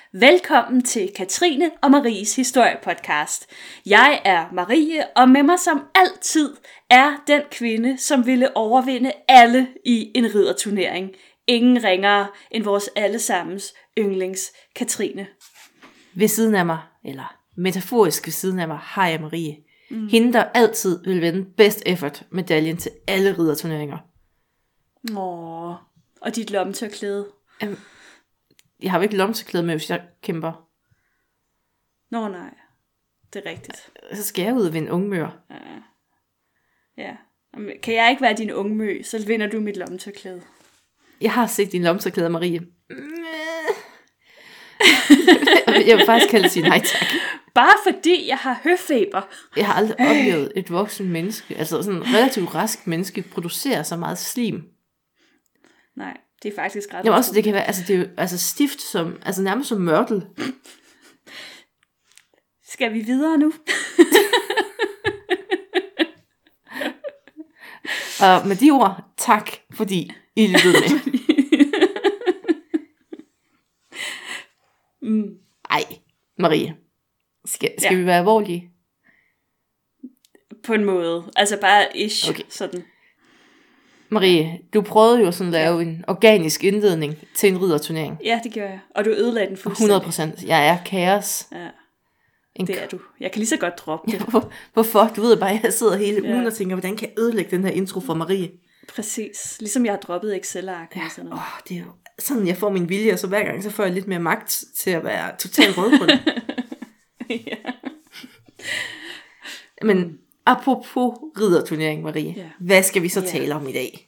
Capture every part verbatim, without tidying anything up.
Velkommen til Katrine og Maries historiepodcast. Jeg er Marie, og med mig som altid er den kvinde, som ville overvinde alle i en ridderturnering. Ingen ringere end vores allesammens yndlings Katrine. Ved siden af mig, eller metaforisk ved siden af mig, har jeg Marie. Mm. Hende, der altid vil vinde best effort medaljen til alle ridderturneringer. Åh, og dit lommetørklæde. Um, jeg har jo ikke lommetørklæde med, hvis jeg kæmper. Nå nej, det er rigtigt. Så skal jeg ud og vinde ungmør. Ja. ja. Kan jeg ikke være din ungmø, så vinder du mit lommetørklæde. Jeg har set din lommetørklæde, Marie. Jeg vil faktisk kalde sige nej tak. Bare fordi jeg har høfeber. Jeg har aldrig oplevet et voksen menneske, altså sådan en relativt rask menneske, producere så meget slim. Nej, det er faktisk ret. Jamen også, det kan være, altså det er jo altså stift som, altså nærmest som mørtel. Skal vi videre nu? Og med de ord, tak fordi I lyttede med. mm. Ej, Marie. Skal, skal ja. vi være alvorlige? På en måde. Altså bare ish. Okay. Sådan. Marie, du prøvede jo sådan at lave ja. en organisk indledning til en ridderturnering. Ja, det gør jeg. Og du ødelagde den fuldstændig. hundrede procent. Jeg er kaos. Ja, en det er du. Jeg kan lige så godt droppe det. Ja, hvorfor? Du ved bare, jeg sidder hele ja. ugen og tænker, hvordan kan jeg ødelægge den her intro for Marie? Præcis. Ligesom jeg har droppet Excel-ark. Ja. Og sådan noget. Åh, det er jo sådan, jeg får min vilje, og så hver gang, så får jeg lidt mere magt til at være totalt rødgrund. ja. Men apropos ridderturnering, Marie, ja. hvad skal vi så ja. tale om i dag?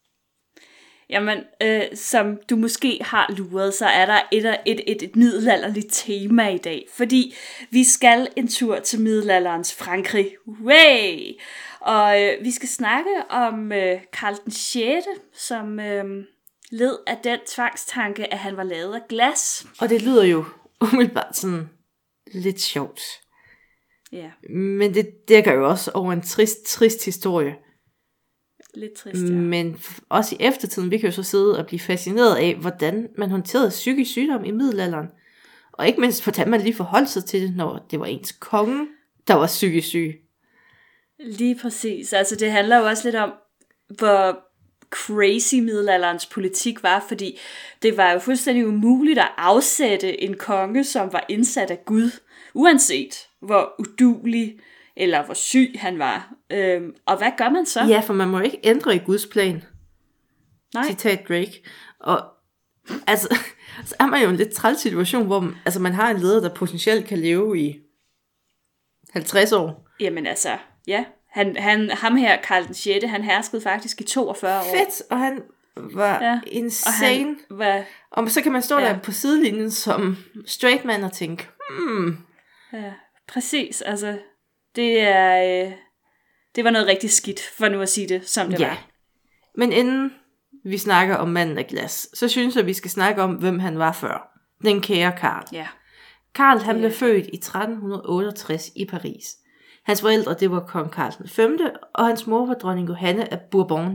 Jamen, øh, som du måske har luret, så er der et, et, et, et middelalderligt tema i dag. Fordi vi skal en tur til middelalderens Frankrig. Way! Og øh, vi skal snakke om øh, Karl den sjette, som øh, led af den tvangstanke, at han var lavet af glas. Og det lyder jo umiddelbart sådan lidt sjovt. Ja. Men det dækker jo også over en trist, trist historie. Lidt trist, ja. Men også i eftertiden, vi kan jo så sidde og blive fascineret af, hvordan man håndterede psykisk sygdom i middelalderen. Og ikke mindst, hvordan man lige forholdt sig til det, når det var ens konge, der var psykisk syg. Lige præcis. Altså det handler jo også lidt om, hvor crazy middelalderens politik var, fordi det var jo fuldstændig umuligt at afsætte en konge, som var indsat af Gud, uanset hvor uduelig eller hvor syg han var. Øhm, og hvad gør man så? Ja, for man må ikke ændre i Guds plan. Nej. Citat Drake. Og altså, så er man jo en lidt træls situation, hvor man, altså, man har en leder, der potentielt kan leve i halvtreds år. Jamen altså, ja. Han, han, ham her, Karl den sjette, han herskede faktisk i toogfyrre år. Fedt, og han var ja. insane. Og, han var, og så kan man stå ja. der på sidelinjen som straight man og tænke, hmm. Ja, præcis. Altså, det er... Øh, det var noget rigtig skidt, for nu at sige det, som det ja. var. Men inden vi snakker om manden af glas, så synes jeg, vi skal snakke om, hvem han var før. Den kære Karl. Ja. Karl, han blev født i tretten otteogtres i Paris. Hans forældre, det var kong Karl den femte, og hans mor var dronning Johanne af Bourbon.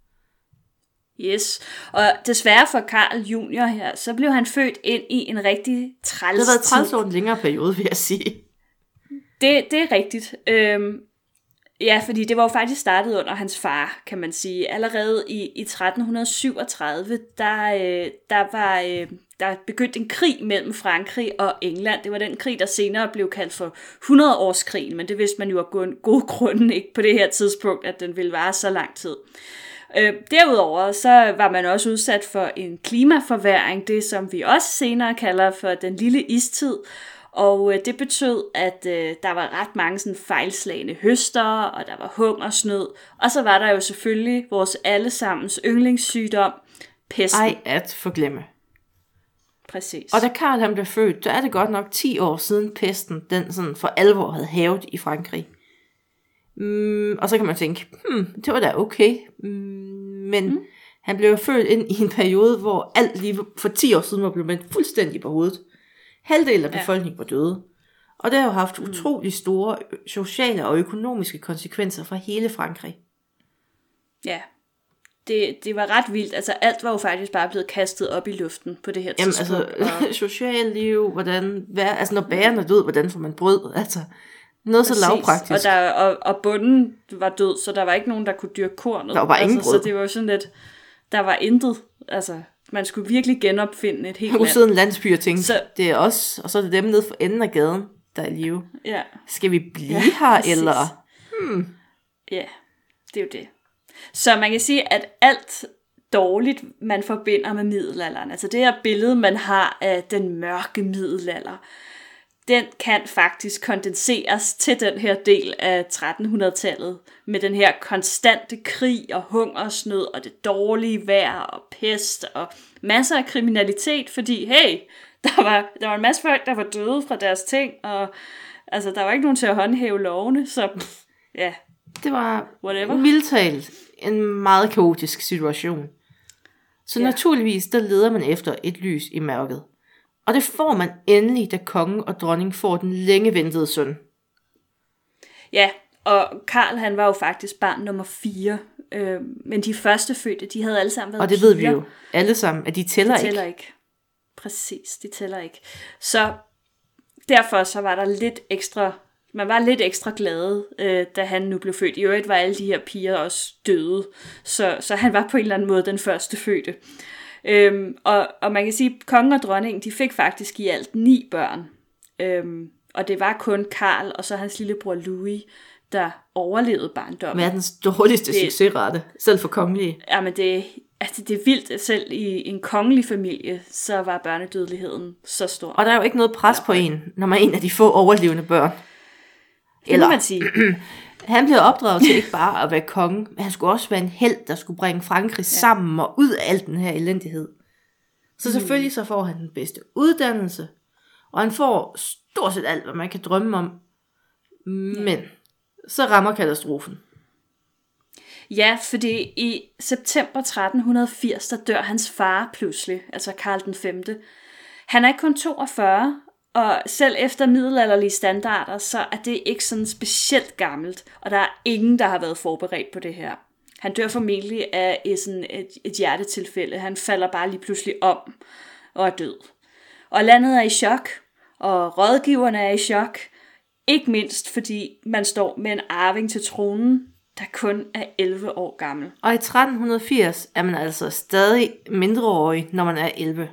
Yes, og desværre for Karl junior her, så blev han født ind i en rigtig træls tid. Det har været træls over en længere periode, vil jeg sige. Det, det er rigtigt. Øhm, ja, fordi det var jo faktisk startet under hans far, kan man sige. Allerede i, i tretten syvogtredive, der, øh, der var øh, der begyndt en krig mellem Frankrig og England. Det var den krig, der senere blev kaldt for hundrede-årskrigen, men det vidste man jo af gode grunde ikke på det her tidspunkt, at den ville vare så lang tid. Øh, derudover så var man også udsat for en klimaforværring, det som vi også senere kalder for den lille istid. Og øh, det betød, at øh, der var ret mange sådan fejlslagne høster, og der var hungersnød. Og så var der jo selvfølgelig vores allesammens yndlingssygdom, pesten. Ej, at forglemme. Præcis. Og da Karl han blev født, så er det godt nok ti år siden pesten, den sådan for alvor havde hærget i Frankrig. Mm, og så kan man tænke, hmm, det var da okay. Mm, men mm. han blev født ind i en periode, hvor alt lige for ti år siden var blevet vendt fuldstændig på hovedet. Halvdelen af befolkningen ja. var døde. Og det har jo haft mm. utrolig store sociale og økonomiske konsekvenser for hele Frankrig. Ja, det, det var ret vildt. Altså alt var jo faktisk bare blevet kastet op i luften på det her Jamen, tidspunkt. altså, og... socialliv, hvordan, hvad, altså når bæren er død, hvordan får man brød? Altså, noget Præcis. Så lavpraktisk. Og, der, og, og bunden var død, så der var ikke nogen, der kunne dyrke kornet. Der var bare altså, ingen brød. Så det var jo sådan lidt, der var intet. Altså, man skulle virkelig genopfinde et helt land. land. Sidde en landsby og tænke, så... det er os, og så er det dem nede for enden af gaden, der er i live. Ja. Skal vi blive ja, her, præcis. eller? Hmm. Ja, det er jo det. Så man kan sige, at alt dårligt, man forbinder med middelalderen, altså det her billede, man har af den mørke middelalder, den kan faktisk kondenseres til den her del af trettenhundredetallet, med den her konstante krig og hungersnød og det dårlige vejr og pest og masser af kriminalitet, fordi hey, der var, der var en masse folk, der var døde fra deres ting, og altså, der var ikke nogen til at håndhæve lovene, så pff, ja. Det var Whatever. Vildt talt en meget kaotisk situation. Så ja. Naturligvis, der leder man efter et lys i mørket. Og det får man endelig, da kongen og dronning får den længe ventede søn. Ja, og Karl, han var jo faktisk barn nummer fire. Øh, men de første fødte, de havde alle sammen været Og det piger. ved vi jo alle sammen, at de tæller, de tæller ikke. ikke. Præcis, de tæller ikke. Så derfor så var der lidt ekstra, man var lidt ekstra glade, øh, da han nu blev født. I øvrigt var alle de her piger også døde, så, så han var på en eller anden måde den første fødte. Øhm, og, og man kan sige, at kongen og dronningen, de fik faktisk i alt ni børn. Øhm, og det var kun Karl og så hans lillebror Louis, der overlevede barndommen. Verdens dårligste det, succesrate, selv for kongelige. Jamen det, altså det er vildt, selv i en kongelig familie, så var børnedødeligheden så stor. Og der er jo ikke noget pres på en, når man er en af de få overlevende børn. Det Eller, man sige. Han blev opdraget til ikke bare at være konge, men han skulle også være en helt, der skulle bringe Frankrig ja. sammen og ud af al den her elendighed. Så selvfølgelig så får han den bedste uddannelse, og han får stort set alt, hvad man kan drømme om. Men ja. så rammer katastrofen. Ja, fordi i september tretten firs, der dør hans far pludselig, altså Karl den femte. Han er kun toogfyrre, og selv efter middelalderlige standarder, så er det ikke sådan specielt gammelt, og der er ingen, der har været forberedt på det her. Han dør formentlig af et, sådan et, et hjertetilfælde. Han falder bare lige pludselig om og er død. Og landet er i chok, og rådgiverne er i chok. Ikke mindst fordi man står med en arving til tronen, der kun er elleve år gammel. Og i tretten firs er man altså stadig mindreårig, når man er elleve.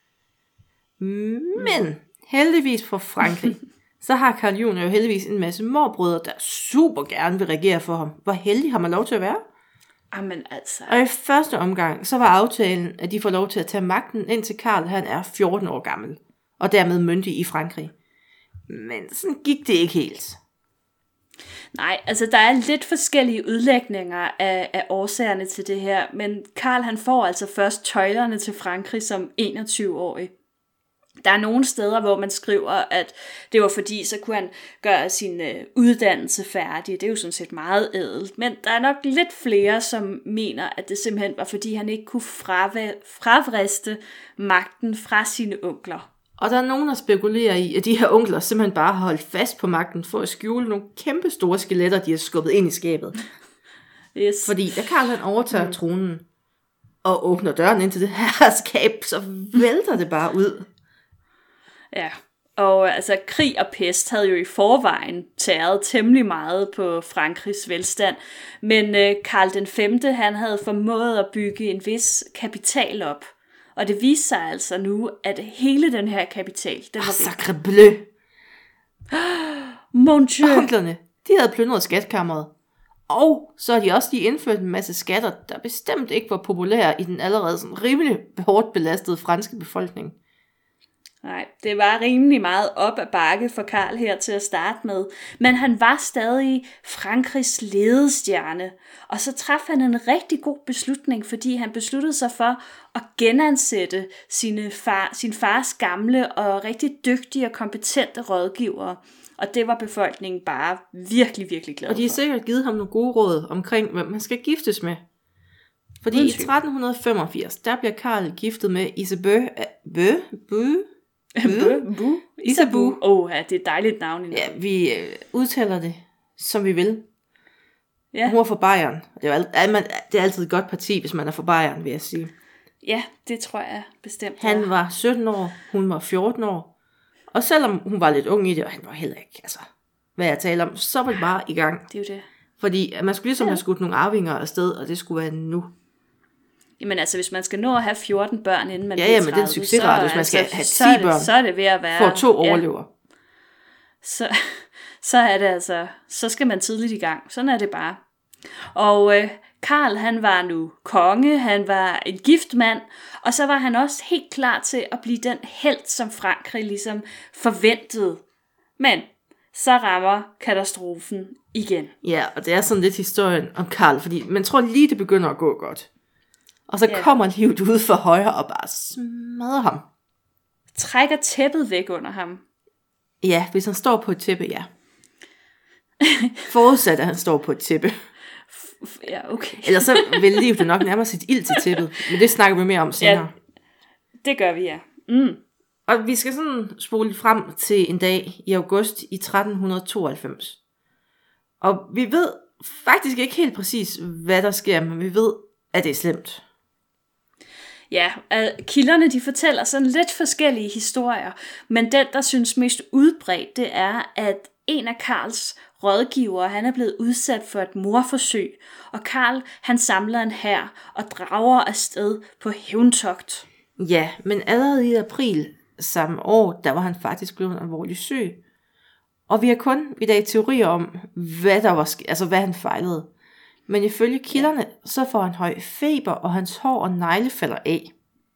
Men heldigvis for Frankrig, så har Karl junior jo heldigvis en masse morbrødre, der super gerne vil regere for ham. Hvor heldig har man lov til at være? Amen altså. Og i første omgang, så var aftalen, at de får lov til at tage magten, indtil Karl han er fjorten år gammel, og dermed myndig i Frankrig. Men sådan gik det ikke helt. Nej, altså der er lidt forskellige udlægninger af, af årsagerne til det her, men Karl han får altså først tøjlerne til Frankrig som enogtyve-årig. Der er nogle steder, hvor man skriver, at det var fordi, så kunne han gøre sin øh, uddannelse færdig. Det er jo sådan set meget ædelt. Men der er nok lidt flere, som mener, at det simpelthen var fordi, han ikke kunne frave- fravriste magten fra sine onkler. Og der er nogen, der spekulerer i, at de her onkler simpelthen bare har holdt fast på magten for at skjule nogle kæmpe store skeletter, de har skubbet ind i skabet. Yes. Fordi da Karl han overtager mm. tronen og åbner døren ind til det her skab, så vælter det bare ud. Ja, og altså krig og pest havde jo i forvejen tæret temmelig meget på Frankrigs velstand, men øh, Karl den femte, han havde formået at bygge en vis kapital op, og det viste sig altså nu, at hele den her kapital, den var væk. Sacre bleu! Mon Dieu! Onklerne, de havde plyndret skatkammeret, og så har de også lige indført en masse skatter, der bestemt ikke var populære i den allerede sådan rimelig hårdt belastede franske befolkning. Nej, det var rimelig meget op ad bakke for Karl her til at starte med, men han var stadig Frankrigs ledestjerne, og så traf han en rigtig god beslutning, fordi han besluttede sig for at genansætte sine far, sin fars gamle og rigtig dygtige og kompetente rådgivere, og det var befolkningen bare virkelig, virkelig glad for. Og de har sikkert givet ham nogle gode råd omkring, hvem man skal giftes med. Fordi i tretten femogfirs, der bliver Karl giftet med Isabeau, Bø, Bø, Bø, Isabeau. Åh, oh, ja, det er et dejligt navn. Ja, vi øh, udtaler det, som vi vil. Ja. Hun var fra Bayern. Det er, alt, det er altid et godt parti, hvis man er fra Bayern, vil jeg sige. Ja, det tror jeg bestemt. Han var sytten år, hun var fjorten år. Og selvom hun var lidt ung i det, og han var heller ikke, altså, hvad jeg taler om, så var det bare i gang. Det er jo det. Fordi man skulle ligesom ja. have skudt nogle arvinger afsted, og det skulle være nu. Jamen altså, hvis man skal nå at have fjorten børn, inden man ja, bliver ja, men tredive, den succesrate, hvis man altså, skal have ti så børn, det, så er det ved at være... for to overlever. Ja, så, så er det altså, så skal man tidligt i gang. Sådan er det bare. Og øh, Karl, han var nu konge, han var en gift mand, og så var han også helt klar til at blive den helt, som Frankrig ligesom forventede. Men så rammer katastrofen igen. Ja, og det er sådan lidt historien om Karl, fordi man tror lige, det begynder at gå godt. Og så ja. kommer livet ud for højre og bare smadrer ham. Trækker tæppet væk under ham. Ja, hvis han står på et tæppe, ja. Forudsat, at han står på et tæppe. Ja, okay. Ellers så vil livet jo nok nærmere sit ild til tæppet. Men det snakker vi mere om senere. Ja, det gør vi, ja. Mm. Og vi skal sådan spole frem til en dag i august i tretten tooghalvfems. Og vi ved faktisk ikke helt præcis, hvad der sker, men vi ved, at det er slemt. Ja, kilderne de fortæller sådan lidt forskellige historier, men den, der synes mest udbredt, det er, at en af Karls rådgivere, han er blevet udsat for et mordforsøg, og Karl, han samler en hær og drager afsted på hævntogt. Ja, men allerede i april samme år, der var han faktisk blevet alvorligt syg. Og vi har kun i dag teorier om, hvad der var, altså hvad han fejlede. Men ifølge kilderne, så får han høj feber, og hans hår og negle falder af.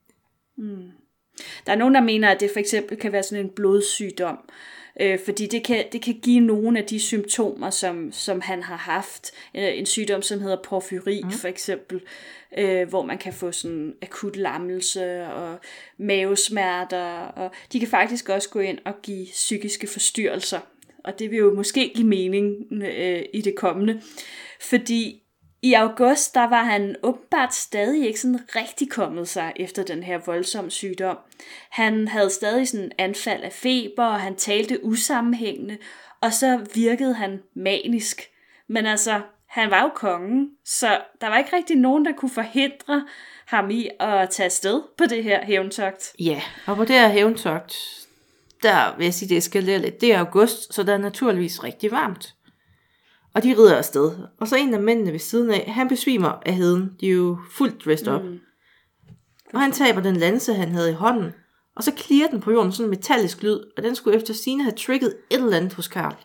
Mm. Der er nogen, der mener, at det for eksempel kan være sådan en blodsygdom. Øh, fordi det kan, det kan give nogle af de symptomer, som, som han har haft. En sygdom, som hedder porfyri mm. for eksempel. Øh, hvor man kan få sådan akut lammelse og mavesmerter. Og de kan faktisk også gå ind og give psykiske forstyrrelser. Og det vil jo måske give mening øh, i det kommende. Fordi i august, der var han åbenbart stadig ikke sådan rigtig kommet sig efter den her voldsomme sygdom. Han havde stadig sådan anfald af feber, og han talte usammenhængende, og så virkede han manisk. Men altså, han var jo kongen, så der var ikke rigtig nogen, der kunne forhindre ham i at tage afsted på det her hævntogt. Ja, og på det her hævntogt, der vil jeg sige, det eskalerer lidt. Det er august, så der er naturligvis rigtig varmt. Og de rider afsted. Og så en af mændene ved siden af, han besvimer af heden. De er jo fuldt dressed up. Mm. Og han taber den lanse, han havde i hånden. Og så klirrer den på jorden sådan en metallisk lyd. Og den skulle efter sigende have trigget et eller andet hos Karl.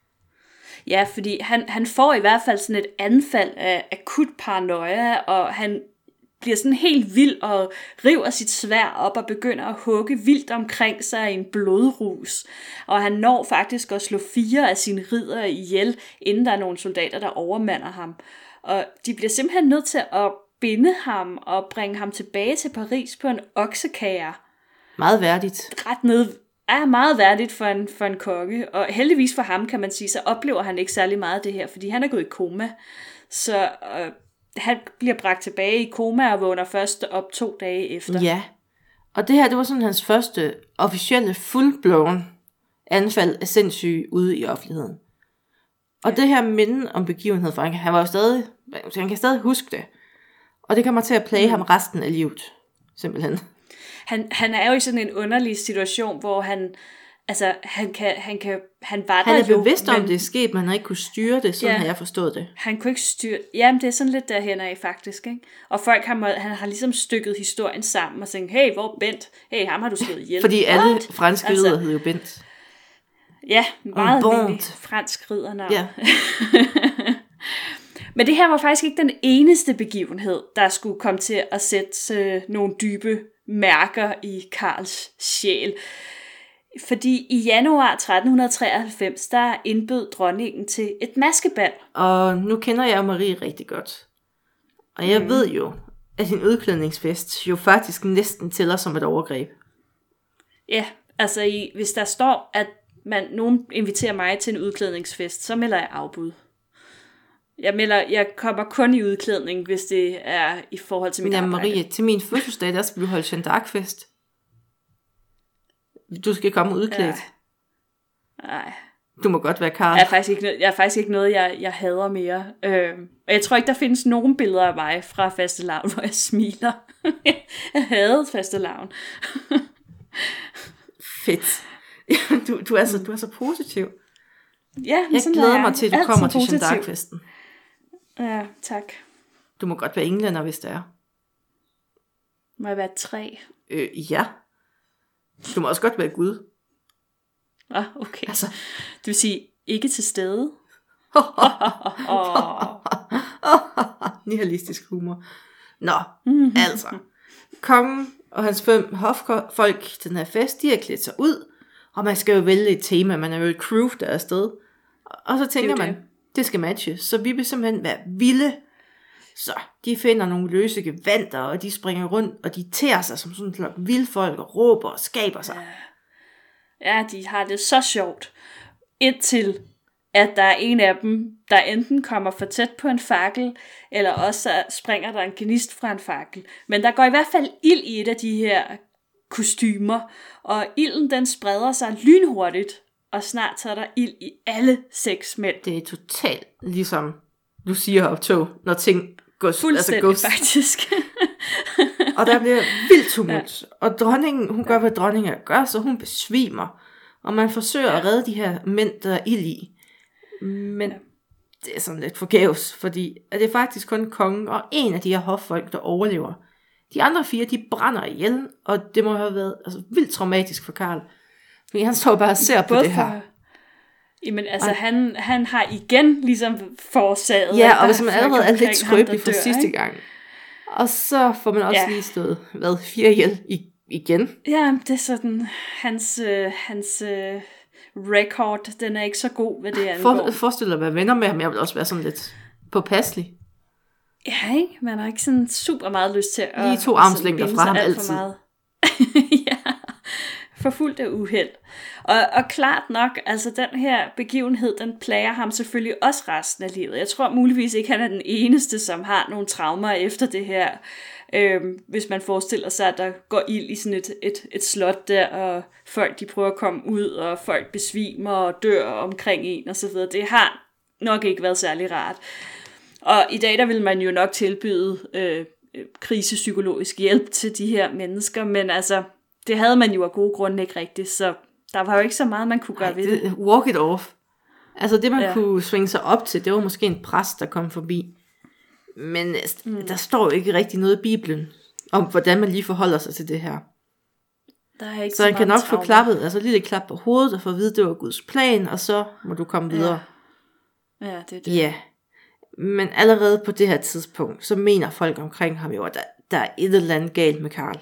Ja, fordi han, han får i hvert fald sådan et anfald af akut paranoia. Og han bliver sådan helt vild og river sit sværd op og begynder at hugge vildt omkring sig i en blodrus. Og han når faktisk at slå fire af sine riddere ihjel, inden der er nogle soldater, der overmander ham. Og de bliver simpelthen nødt til at binde ham og bringe ham tilbage til Paris på en oksekager. Meget værdigt. Ret ned er meget værdigt for en, for en konge. Og heldigvis for ham, kan man sige, så oplever han ikke særlig meget af det her, fordi han er gået i koma. Så øh, han bliver bragt tilbage i koma og vågner først op to dage efter. Ja, og det her, det var sådan hans første officielle full-blown anfald af sindssyge ude i offentligheden. Og ja. Det her minde om begivenhed, for han, han var jo stadig, han kan stadig huske det. Og det kommer til at plage mm. ham resten af livet, simpelthen. Han, han er jo i sådan en underlig situation, hvor han, altså, han kan, han kan, han var han der jo. Han er bevidst om, det er sket, men han ikke kunne styre det, sådan ja, har jeg forstået det. Han kunne ikke styre, jamen det er sådan lidt derhen af faktisk, ikke? Og folk har, han har ligesom stykket historien sammen og tænkt, hey, hvor Bent? Hey, ham har du slået ihjel. Fordi alle What? franske ridder altså, hed jo Bent. Ja, meget almindelig fransk riddernavn. Ja. Men det her var faktisk ikke den eneste begivenhed, der skulle komme til at sætte øh, nogle dybe mærker i Karls sjæl. Fordi i januar tretten treoghalvfems, der indbød dronningen til et maskebal. Og nu kender jeg Marie rigtig godt. Og jeg mm. ved jo, at en udklædningsfest jo faktisk næsten tæller som et overgreb. Ja, altså i, hvis der står, at man, nogen inviterer mig til en udklædningsfest, så melder jeg afbud. Jeg melder, jeg kommer kun i udklædning, hvis det er i forhold til mit ja, arbejde. Marie, til min fødselsdag, der skal vi holde Jeanne d'Arc-fest. Du skal komme udklædt. Nej. Du må godt være Karl. Jeg er faktisk ikke, jeg er faktisk ikke noget, jeg, jeg hader mere. Øh, og jeg tror ikke, der findes nogen billeder af mig fra fastelavn, hvor jeg smiler. Jeg hadede fastelavn. Fedt. Du, du, er så, du er så positiv. Ja, jeg sådan glæder jeg. mig til, at du kommer til Jeanne d'Arc-festen. Ja, tak. Du må godt være englænder, hvis det er. Må jeg være tre? Øh, ja. Du må også godt være Gud. Ah, okay. Altså. Det vil sige, ikke til stede. Nihalistisk humor. Nå, altså. Kongen og hans fem hoffolk til den her fest, de har klædt sig ud. Og man skal jo vælge et tema. Man er jo et crew, der er afsted. Og så tænker det man, det. det skal matche. Så vi vil simpelthen være vilde. Så de finder nogle løse gevanter, og de springer rundt, og de tærer sig som sådan en vildfolk, og råber og skaber sig. Ja, de har det så sjovt. Indtil, at der er en af dem, der enten kommer for tæt på en fakkel, eller også springer der en gnist fra en fakkel. Men der går i hvert fald ild i et af de her kostymer, og ilden den spreder sig lynhurtigt, og snart så er der ild i alle seks mænd. Det er totalt ligesom du siger op tog, når ting går fuldstændig altså faktisk. Og der bliver vildt tumult. Ja. Og dronningen, hun gør, hvad dronningen gør, så hun besvimer. Og man forsøger ja. at redde de her mænd, der er ild i. Men ja. det er sådan lidt forgæves, fordi det er faktisk kun kongen og en af de her hoffolk, der overlever. De andre fire, de brænder ihjel, og det må have været altså, vildt traumatisk for Karl. Fordi han står bare og ser Både på det her. For... Jamen altså, og... han, han har igen ligesom forårsaget. Ja, og hvis man allerede er lidt skrøbelig fra sidste ikke? gang. Og så får man også ja. lige stået, hvad, fire ihjel i, igen. Ja, det er sådan, hans, øh, hans øh, record, den er ikke så god, hvad det angår. For, forestil dig at være venner med ham, jeg vil også være sådan lidt påpasselig. Ja, ikke? Man har ikke sådan super meget lyst til at... Lige to armslængder fra ham altid. For meget. Ja, forfulgt af uheld. Og, og klart nok, altså den her begivenhed, den plager ham selvfølgelig også resten af livet. Jeg tror muligvis ikke, han er den eneste, som har nogle traumer efter det her. Øhm, hvis man forestiller sig, at der går ild i sådan et, et, et slot der, og folk de prøver at komme ud, og folk besvimer og dør omkring en og så videre. Det har nok ikke været særlig rart. Og i dag der vil man jo nok tilbyde øh, krisepsykologisk hjælp til de her mennesker, men altså, det havde man jo af gode grunde ikke rigtigt, så der var jo ikke så meget, man kunne gøre Ej, ved det. Walk it off. Altså det, man ja. kunne svinge sig op til, det var måske en præst, der kom forbi. Men mm. der står jo ikke rigtig noget i Bibelen, om hvordan man lige forholder sig til det her. Der er ikke så han kan nok traumer. Få klappet, altså lige lidt klap på hovedet, og få at vide, det var Guds plan, og så må du komme videre. Ja, ja det er det. Ja. Men allerede på det her tidspunkt, så mener folk omkring ham jo, at der, der er et eller andet galt med Karl.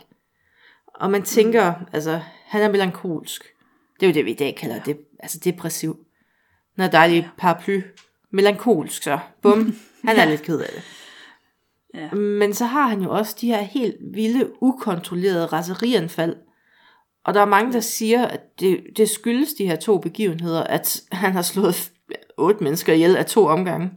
Og man tænker, mm. altså, han er melankolsk. Det er jo det, vi i dag kalder ja. det, altså depressiv. Når der er lige ja. paraply. Melankolsk, så bum, han er ja. lidt ked af det. Ja. Men så har han jo også de her helt vilde, ukontrollerede raserianfald. Og der er mange, der siger, at det, det skyldes de her to begivenheder, at han har slået otte mennesker ihjel af to omgange.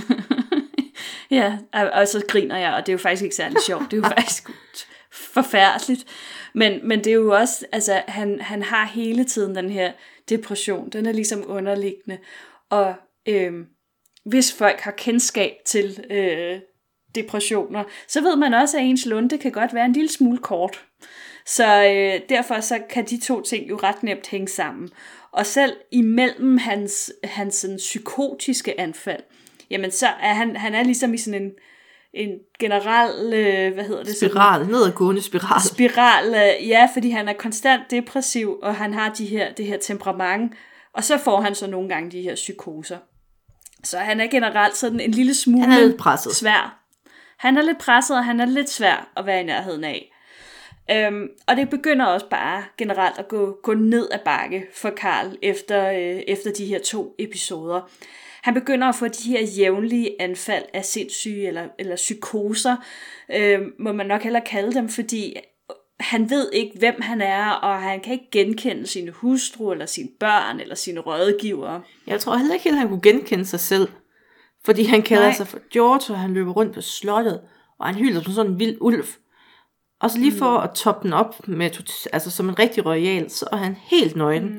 Ja, og så griner jeg, og det er jo faktisk ikke særlig sjovt. Det er jo faktisk forfærdeligt. Men, men det er jo også, altså han, han har hele tiden den her depression. Den er ligesom underliggende. Og øh, hvis folk har kendskab til øh, depressioner, så ved man også, at ens lunte kan godt være en lille smule kort. Så øh, derfor så kan de to ting jo ret nemt hænge sammen. Og selv imellem hans, hans sådan, psykotiske anfald, jamen så er han, han er ligesom i sådan en, en generel, øh, hvad hedder det? Spiral, nedadgående spiral. Spiral, øh, ja, fordi han er konstant depressiv, og han har de her, det her temperament, og så får han så nogle gange de her psykoser. Så han er generelt sådan en lille smule han er lidt presset. svær. Han er lidt presset, og han er lidt svær at være i nærheden af. Øhm, og det begynder også bare generelt at gå, gå ned ad bakke for Karl efter, øh, efter de her to episoder. Han begynder at få de her jævnlige anfald af sindssyge eller, eller psykoser, øh, må man nok hellere kalde dem, fordi han ved ikke, hvem han er, og han kan ikke genkende sine hustru, eller sine børn, eller sine rådgivere. Jeg tror heller ikke helt, han kunne genkende sig selv, fordi han kalder Nej. sig for George, og han løber rundt på slottet, og han hylder som sådan en vild ulv. Og så lige for mm. at toppe den op med, altså som en rigtig royal, så er han helt nøgen. Mm.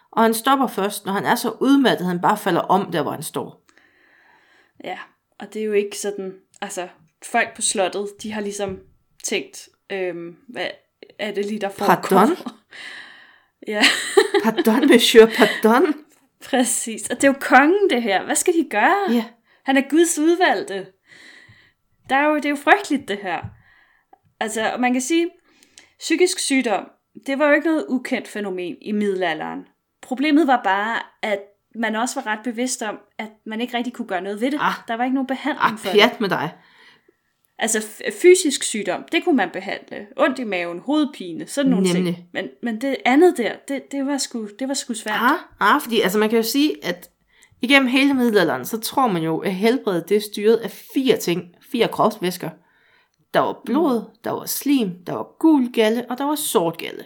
Og han stopper først, når han er så udmattet, at han bare falder om der, hvor han står. Ja, og det er jo ikke sådan, altså folk på slottet, de har ligesom tænkt, øhm, hvad er det lige, der foregår? Pardon? Ja. Pardon, monsieur, pardon. Præcis, og det er jo kongen det her, hvad skal de gøre? Ja. Han er Guds udvalgte. Der er jo, det er jo frygteligt det her. Altså, man kan sige, psykisk sygdom, det var jo ikke noget ukendt fænomen i middelalderen. Problemet var bare, at man også var ret bevidst om, at man ikke rigtig kunne gøre noget ved det. Ah, der var ikke nogen behandling ah, for pjat det. med dig. Altså f- fysisk sygdom, det kunne man behandle. Ondt i maven, hovedpine, sådan nogle Nemlig. ting. Men, men det andet der, det, det, var sgu, det var sgu svært. Ah, ah, fordi altså man kan jo sige, at igennem hele middelalderen, så tror man jo, at helbredet det er styret af fire ting. Fire kropsvæsker. Der var blod, mm. der var slim, der var gul galle, og der var sort galle.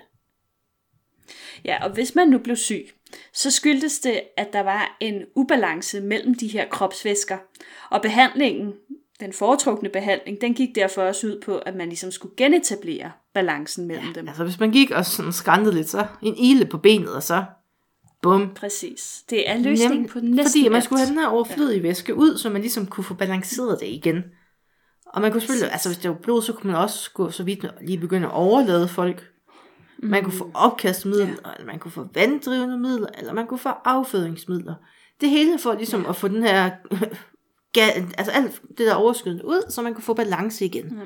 Ja, og hvis man nu blev syg, så skyldtes det, at der var en ubalance mellem de her kropsvæsker. Og behandlingen, den foretrukne behandling, den gik derfor også ud på, at man ligesom skulle genetablere balancen mellem Ja, dem. altså hvis man gik og sådan skrændede lidt, så en ile på benet, og så bum. Præcis. Det er løsningen Jamen, på næsten fordi man alt. skulle have den her overflødige væske ud, så man ligesom kunne få balanceret det igen. Og man kunne selvfølgelig, altså hvis det var blod, så kunne man også gå så vidt lige begynde at overlade folk. Man kunne få opkastmidler, ja. Eller man kunne få vanddrivende midler, eller man kunne få affødningsmidler. Det hele for ligesom ja. At få den her, altså alt det der overskydende ud, så man kunne få balance igen. Mm.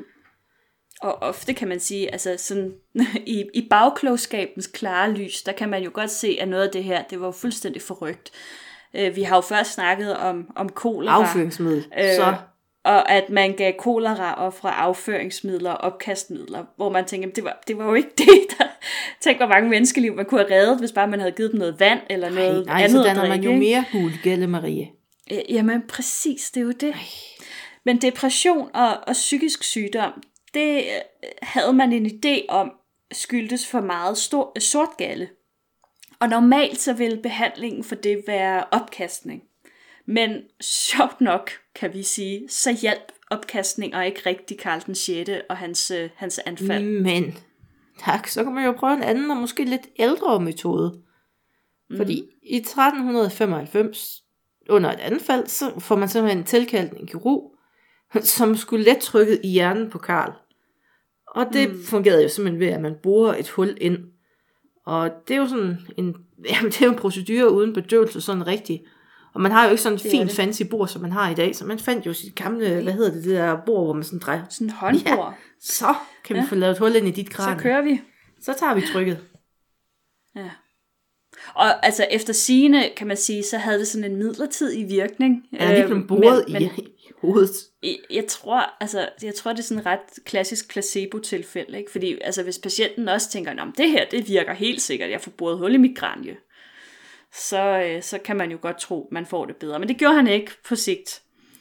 Og ofte kan man sige, altså sådan, i, i bagklogskabens klare lys, der kan man jo godt se, at noget af det her, det var jo fuldstændig forrygt. Vi har jo først snakket om, om kolera. Afføringsmiddel, øh, så... Og at man gav kolera og fra afføringsmidler og opkastmidler, hvor man tænker, det var, det var jo ikke det, der... Tænk, hvor mange menneskeliv man kunne have reddet, hvis bare man havde givet dem noget vand eller nej, noget nej, andet så at drikke. man jo mere gul gælde, Marie. Jamen præcis, det er jo det. Ej. Men depression og, og psykisk sygdom, det havde man en idé om, skyldtes for meget stor, sort galle. Og normalt så ville behandlingen for det være opkastning. Men sjovt nok, kan vi sige, så hjalp opkastning og ikke rigtig Karl den sjette og hans, øh, hans anfald. Men, tak, så kan man jo prøve en anden og måske lidt ældre metode. Mm. Fordi i tretten femoghalvfems, under et anfald, så får man simpelthen tilkaldt en kirurg, som skulle let trykket i hjernen på Karl. Og det mm. fungerede jo simpelthen ved, at man borer et hul ind. Og det er jo sådan en, jamen det er jo en procedure uden bedøvelse, sådan rigtig. Og man har jo ikke sådan en fint fancy bord, som man har i dag. Så man fandt jo sit gamle, hvad hedder det, det der bord, hvor man sådan drejer. Sådan en håndbord. Ja, så kan vi ja. få lavet et hul ind i dit kranie. Så kører vi. Så tager vi trykket. Ja. Og altså efter sigende, kan man sige, så havde det sådan en midlertidig virkning. Ja, det blev boret i, i hovedet. Jeg, jeg tror, altså, jeg tror, det er sådan et ret klassisk placebo-tilfælde, ikke? Fordi altså, hvis patienten også tænker, at det her, det virker helt sikkert, jeg får boret hul i mit kranie, så, øh, så kan man jo godt tro, man får det bedre. Men det gjorde han ikke på sigt.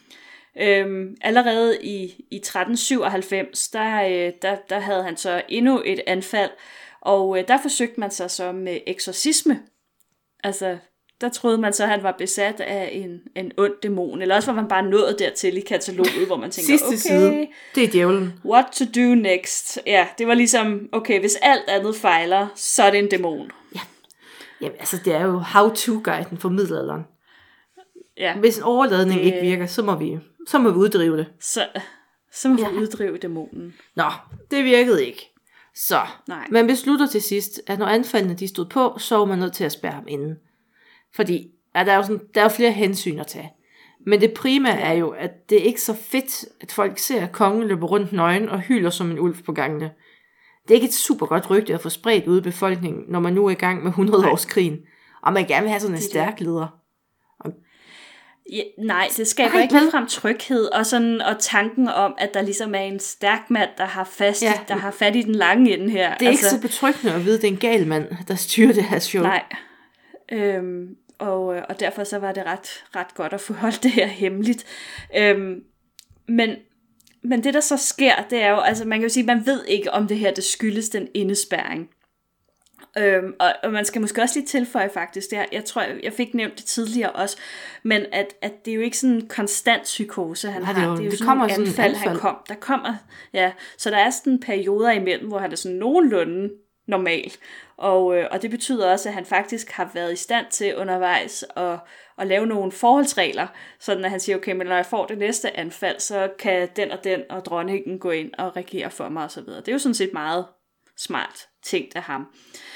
Øhm, allerede i, i tretten syvoghalvfems, der, øh, der, der havde han så endnu et anfald, og øh, der forsøgte man sig så med eksorcisme. Altså, der troede man så, at han var besat af en, en ond dæmon, eller også var man bare nået dertil i kataloget, hvor man tænker, sidste okay, side, det er djævlen. What to do next? Ja, det var ligesom, okay, hvis alt andet fejler, så er det en dæmon. Ja. Jamen, altså, det er jo how-to-guiden for middelalderen. Ja. Hvis en overladning det... ikke virker, så må vi, så må vi uddrive det. Så, så må vi ja. uddrive dæmonen. Nå, det virkede ikke. Så, Nej. Man beslutter til sidst, at når anfaldene de stod på, så var man nødt til at spærre ham inden. Fordi ja, der, er jo sådan, der er jo flere hensyn at tage. Men det primære er jo, at det er ikke så fedt, at folk ser, at kongen løber rundt nøgen og hyler som en ulv på gangene. Det er ikke et super godt rygte at få spredt ude i befolkningen, når man nu er i gang med hundrede-årskrigen, og man gerne vil have sådan en stærk leder. Og... Ja, nej, det skaber nej, ikke ligefrem tryghed, og, sådan, og tanken om, at der ligesom er en stærk mand, der har, fast, ja. der har fat i den lange ende her. Det er altså... ikke så betryggende at vide, at det er en gal mand, der styrer det her show. Nej, øhm, og, og derfor så var det ret, ret godt at få holdt det her hemmeligt. Øhm, men... Men det, der så sker, det er jo, altså man kan jo sige, man ved ikke, om det her, det skyldes den indespærring. Øhm, og, og man skal måske også lige tilføje faktisk, det her, jeg tror, jeg fik nævnt det tidligere også, men at, at det er jo ikke sådan en konstant psykose, han Nej, har. Det, jo, det er jo det sådan kommer en anfald, sådan en anfald, han kom. Der kommer, ja, så der er sådan perioder imellem, hvor han er sådan nogenlunde normal. Og, øh, og det betyder også, at han faktisk har været i stand til undervejs at, at lave nogle forholdsregler, sådan at han siger, okay, men når jeg får det næste anfald, så kan den og den og dronningen gå ind og regere for mig osv. Det er jo sådan set meget smart tænkt af ham.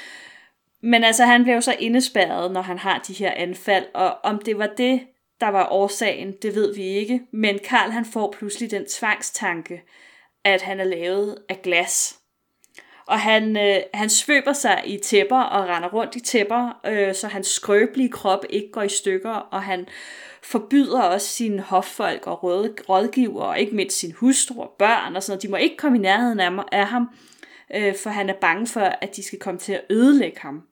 Men altså, han blev jo så indespærret, når han har de her anfald, og om det var det, der var årsagen, det ved vi ikke. Men Karl, han får pludselig den tvangstanke, at han er lavet af glas. Og han, øh, han svøber sig i tæpper og render rundt i tæpper, øh, så hans skrøbelige krop ikke går i stykker, og han forbyder også sine hoffolk og rådgiver, og ikke mindst sin hustru og børn og sådan noget. De må ikke komme i nærheden af, af ham, øh, for han er bange for, at de skal komme til at ødelægge ham.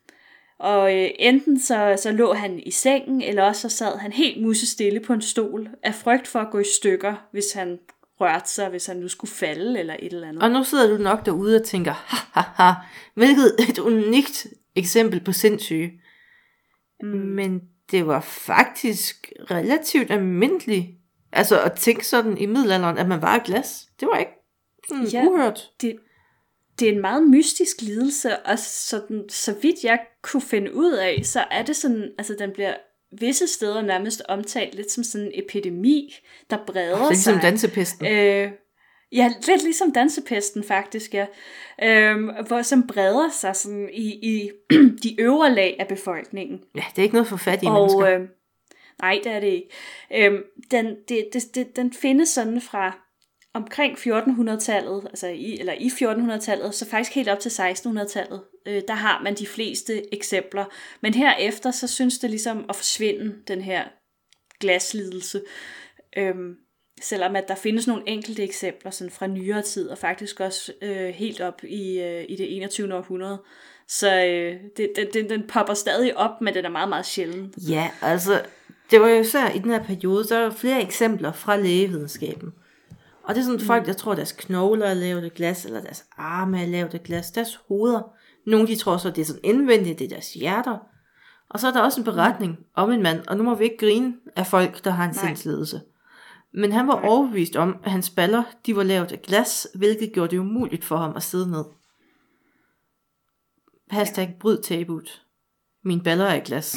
Og øh, enten så, så lå han i sengen, eller også så sad han helt musestille på en stol, af frygt for at gå i stykker, hvis han rørte sig, hvis han nu skulle falde, eller et eller andet. Og nu sidder du nok derude og tænker, ha, ha, ha, hvilket et unikt eksempel på sindssyge. Mm. Men det var faktisk relativt almindeligt, altså at tænke sådan i middelalderen, at man var af glas. Det var ikke sådan ja, uhørt. Det, det er en meget mystisk lidelse, og sådan, så vidt jeg kunne finde ud af, så er det sådan, altså den bliver visse steder nærmest omtalt lidt som sådan en epidemi, der breder sig. Lidt ligesom dansepesten. Øh, ja, lidt ligesom dansepesten faktisk, ja. Øh, hvor som breder sig sådan i, i de øvre lag af befolkningen. Ja, det er ikke noget for fattige og, mennesker. Øh, nej, det er det ikke. Øh, den, det, det, det, den findes sådan fra omkring fjortenhundredetallet, altså i, eller i fjortenhundredetallet, så faktisk helt op til sekstenhundredetallet, øh, der har man de fleste eksempler. Men herefter, så synes det ligesom at forsvinde, den her glaslidelse. Øhm, selvom at der findes nogle enkelte eksempler sådan fra nyere tid, og faktisk også øh, helt op i, øh, i det enogtyvende århundrede. Så øh, det, det, den, den popper stadig op, men den er meget, meget sjælden. Ja, altså, det var jo især i den her periode, der er flere eksempler fra lægevidenskaben. Og det er sådan folk, der tror, at deres knogler er lavet af glas, eller deres arme er lavet af glas, deres hoveder. Nogle de tror så, at det er sådan indvendigt, det er deres hjerter. Og så er der også en beretning om en mand, og nu må vi ikke grine af folk, der har en sindslidelse. Men han var overbevist om, at hans baller, de var lavet af glas, hvilket gjorde det umuligt for ham at sidde ned. Hashtag bryd tabut. Mine baller er af glas.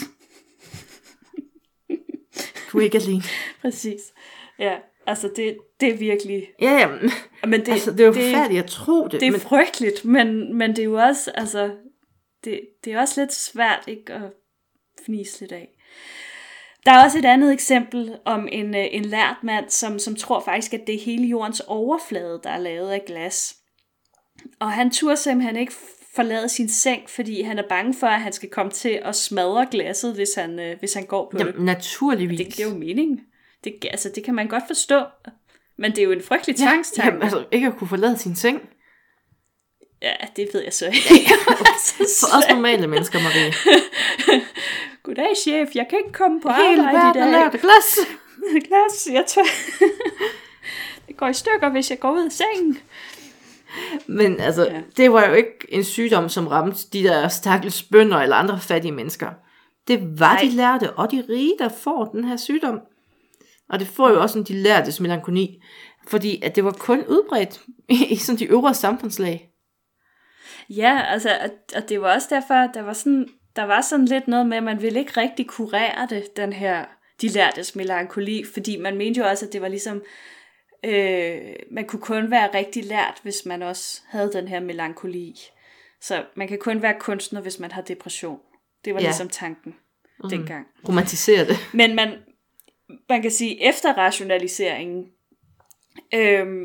Du er ikke alene. Præcis. Ja. Altså, det, det er virkelig... Ja, ja. Men det, altså, det er jo forfærdeligt at tro det. Det er men... frygteligt, men, men det er jo også, altså... Det, det er også lidt svært, ikke, at fnise lidt af. Der er også et andet eksempel om en, en lært mand, som, som tror faktisk, at det er hele jordens overflade, der er lavet af glas. Og han turde simpelthen ikke forlade sin seng, fordi han er bange for, at han skal komme til at smadre glasset, hvis han, hvis han går på Jamen, det. naturligvis. Det giver jo mening. Det, altså, det kan man godt forstå, men det er jo en frygtelig tvangstanke. Ja, jamen, altså, ikke at kunne forlade sin seng. Ja, det ved jeg så ikke. For os normale mennesker, Marie. Goddag, chef. Jeg kan ikke komme på Hele arbejde i dag. Hele verden glas. Glas, jeg tør. Det går i stykker, hvis jeg går ud af sengen. Men altså, ja. Det var jo ikke en sygdom, som ramte de der stakkels bønder eller andre fattige mennesker. Det var Nej. De lærte, og de rige, der får den her sygdom. Og det får jo også en de lærtes melankoli, fordi at det var kun udbredt i sådan de øvre samfundslag. Ja, altså, og det var også derfor, der var sådan, der var sådan lidt noget med, at man ville ikke rigtig kurere det, den her de lærtes melankoli, fordi man mente jo også, at det var ligesom, øh, man kunne kun være rigtig lært, hvis man også havde den her melankoli. Så man kan kun være kunstner, hvis man har depression. Det var ja. Ligesom tanken mm. dengang. Romantisere det. Men man, man kan sige, efter rationaliseringen, øhm,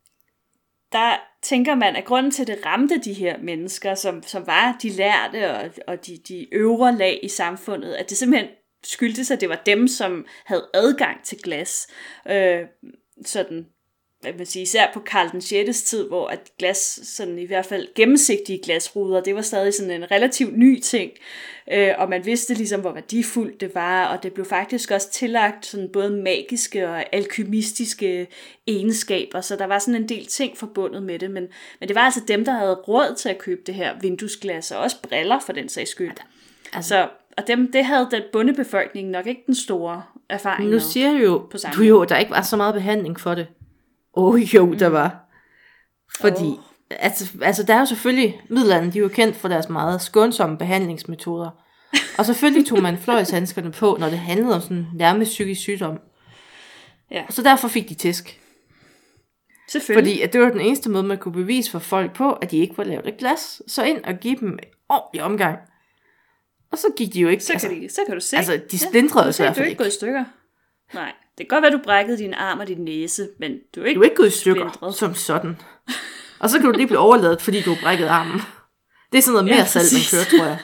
der tænker man, at grunden til, at det ramte de her mennesker, som, som var de lærte og, og de, de øvre lag i samfundet, at det simpelthen skyldtes, at det var dem, som havde adgang til glas. Øh, sådan, hvad man sige, især på Karl den sjette tid, hvor at glas, sådan i hvert fald gennemsigtige glasruder, det var stadig sådan en relativt ny ting, øh, og man vidste ligesom, hvor værdifuldt det var, og det blev faktisk også tillagt sådan både magiske og alkymistiske egenskaber, så der var sådan en del ting forbundet med det, men, men det var altså dem, der havde råd til at købe det her vinduesglas, og også briller for den sags skyld. Altså, så, og dem, det havde den bondebefolkning nok ikke den store erfaring nu siger du jo, du jo, der ikke var så meget behandling for det. Åh oh, jo, der var. Fordi, oh. Altså, altså der er jo selvfølgelig, middelalderen, de er jo kendt for deres meget skånsomme behandlingsmetoder. Og selvfølgelig tog man fløjlshandskerne på, når det handlede om sådan nærmest psykisk sygdom. Ja. Og så derfor fik de tæsk. Selvfølgelig. Fordi at det var den eneste måde, man kunne bevise for folk på, at de ikke var lavet af glas. Så ind og give dem ordentlig omgang. Og så gik de jo ikke... Så kan, altså, de, så kan du se. Altså, de splindrede ja, sig i hvert fald ikke. Du er ikke gået i stykker. Nej, det kan godt være, du brækkede din arm og din næse, men du er ikke Du er ikke gået i stykker splindret. som sådan. Og så kan du lige blive overladet, fordi du har brækket armen. Det er sådan noget mere Ja, salt, man kører, tror jeg.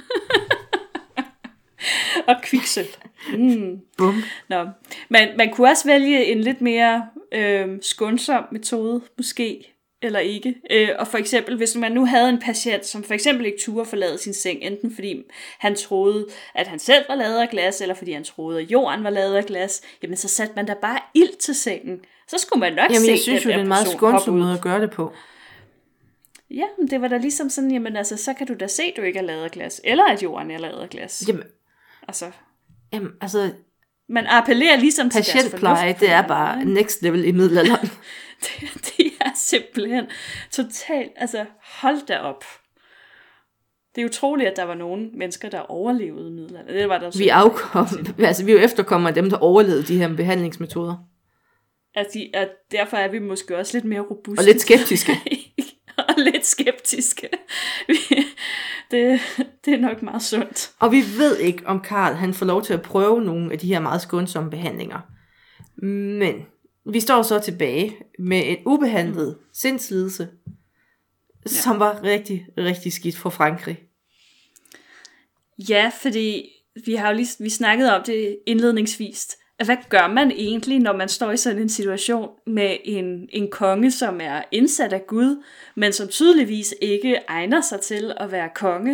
Og kviksøl. Mm. Bum. Nå. Man, man kunne også vælge en lidt mere øh, skånsom metode, måske, eller ikke. Øh, og for eksempel, hvis man nu havde en patient, som for eksempel ikke turde forlade sin seng, enten fordi han troede, at han selv var lavet af glas, eller fordi han troede, at jorden var lavet af glas, jamen så satte man da bare ild til sengen. Så skulle man nok Jamen, se, jeg synes jo, det er en meget skånsom måde at gøre det på. Ja, men det var da ligesom sådan, jamen altså, så kan du da se, at du ikke er lavet af glas, eller at jorden er lavet af glas. Jamen, altså, jamen, altså man appellerer ligesom til deres patientpleje, fornuft. det er bare next level i middelalderen. det, det er simpelthen totalt, altså hold da op. Det er utroligt, at der var nogle mennesker, der overlevede i middelalderen. Det var der vi afkom, altså vi er jo efterkommer af dem, der overlevede de her behandlingsmetoder. Altså, de, og derfor er vi måske også lidt mere robuste. Og lidt skeptiske. og lidt skeptiske. det, det er nok meget sundt. Og vi ved ikke, om Karl han får lov til at prøve nogle af de her meget skånsomme behandlinger. Men vi står så tilbage med en ubehandlet mm. sindslidelse, ja. som var rigtig, rigtig skidt for Frankrig. Ja, fordi vi har jo lige vi snakkede om det indledningsvis. Hvad gør man egentlig, når man står i sådan en situation med en, en konge, som er indsat af Gud, men som tydeligvis ikke egner sig til at være konge,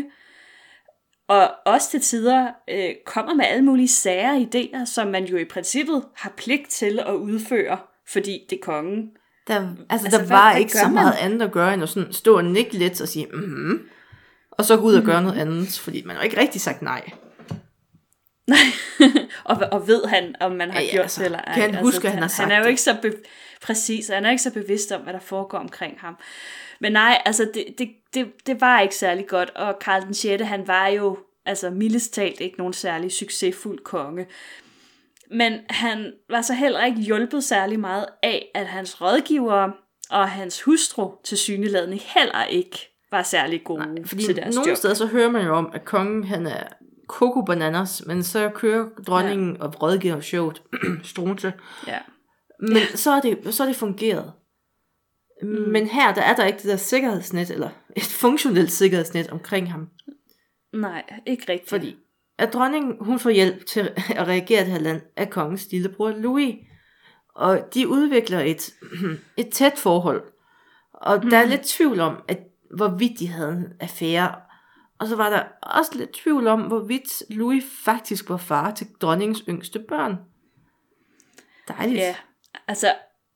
og også til tider øh, kommer med alle mulige sære idéer, som man jo i princippet har pligt til at udføre, fordi det er kongen. Der, altså, altså der hvad, var hvad ikke så man? meget andet at gøre, end at sådan stå og nikke lidt og sige, mhm, og så gå ud og gøre noget andet, fordi man har ikke rigtig sagt nej. Nej, og, og ved han, om man har ja, ja, gjort altså, det eller ej. Kan han altså, huske, at han har sagt Han er jo det. ikke så be- præcis, han er ikke så bevidst om, hvad der foregår omkring ham. Men nej, altså det, det, det, det var ikke særlig godt, og Karl den sjette, han var jo altså mildest talt ikke nogen særlig succesfuld konge. Men han var så heller ikke hjulpet særlig meget af, at hans rådgivere og hans hustru tilsyneladende heller ikke var særlig gode Nej, fordi til deres nogle job. steder så hører man jo om, at kongen han er Coco Bananas, men så kører dronningen ja. og rådgiver showet Strunse. Ja. Men ja. så, er det, så er det fungeret. Mm. Men her, der er der ikke det der sikkerhedsnet, eller et funktionelt sikkerhedsnet omkring ham. Nej, ikke rigtigt. Fordi at dronningen, hun får hjælp til at reagere det her land af kongens lillebror Louis. Og de udvikler et, et tæt forhold. Og mm. der er lidt tvivl om, at hvorvidt de havde en affære. Og så var der også lidt tvivl om, hvorvidt Louis faktisk var far til dronningens yngste børn. Dejligt. Ja, altså...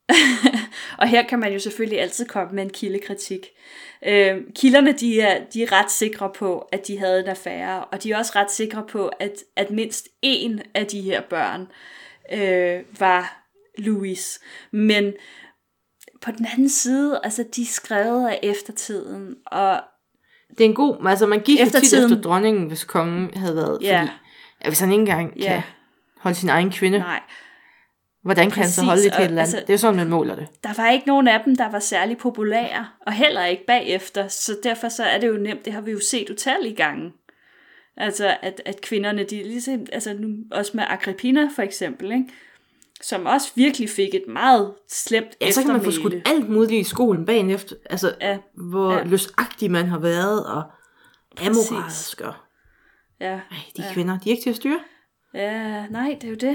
og her kan man jo selvfølgelig altid komme med en kildekritik. Øh, kilderne, de er, de er ret sikre på, at de havde en affære, og de er også ret sikre på, at, at mindst én af de her børn øh, var Louis. Men på den anden side, altså de er skrevet af eftertiden, og det er en god, altså man gik efter tit efter dronningen, hvis kongen havde været, ja. fordi ja, hvis han ikke engang ja. kan holde sin egen kvinde, Nej. hvordan kan Præcis, han så holde det til et land? Altså, det er jo sådan, man måler det. Der var ikke nogen af dem, der var særlig populære, og heller ikke bagefter, så derfor så er det jo nemt, det har vi jo set utallige gange. Altså, at, at kvinderne, de ligesom, altså nu, også med Agrippina for eksempel, ikke? Som også virkelig fik et meget slemt eftermæle. Ja, så kan man få skudt alt muligt i skolen bagen efter, altså ja, hvor ja. løsagtig man har været, og amoralsk, og ja, ej, de ja. kvinder, de er ikke til at styre. Ja, nej, det er jo det.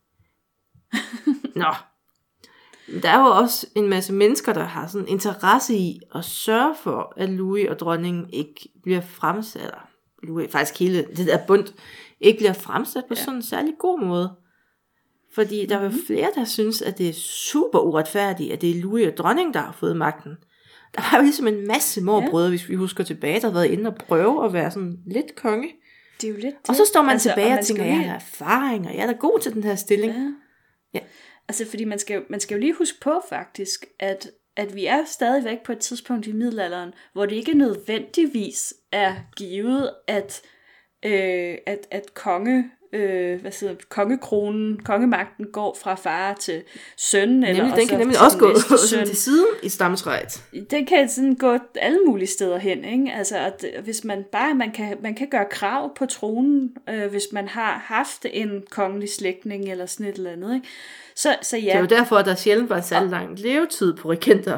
Nå. Der er jo også en masse mennesker, der har sådan interesse i at sørge for, at Louis og dronningen ikke bliver fremsat, eller Louis, faktisk hele det der bund, ikke bliver fremsat på ja. sådan en særlig god måde. Fordi der er jo flere, der synes, at det er super uretfærdigt, at det er Louis og dronningen, der har fået magten. Der var jo ligesom en masse morbrødre, ja. hvis vi husker tilbage, der har været inde og prøve at være sådan lidt konge. Det er jo lidt det. Og så står man altså, tilbage og, og man tænker, jeg har erfaring, og jeg er da god til den her stilling. Ja. Ja. Altså, fordi man skal, jo, man skal jo lige huske på faktisk, at, at vi er stadigvæk på et tidspunkt i middelalderen, hvor det ikke nødvendigvis er givet, at, øh, at, at konge, øh, hvad siger, kongekronen, kongemagten går fra far til søn. Eller nemlig, den kan nemlig også gå sådan til siden i stamtræet. Den kan sådan gå alle mulige steder hen, ikke? Altså, at hvis man bare, man kan, man kan gøre krav på tronen, øh, hvis man har haft en kongelig slægtning eller sådan et eller andet, ikke? Så, så ja. Det er jo derfor, at der sjældent var en særlig lang levetid på regenter.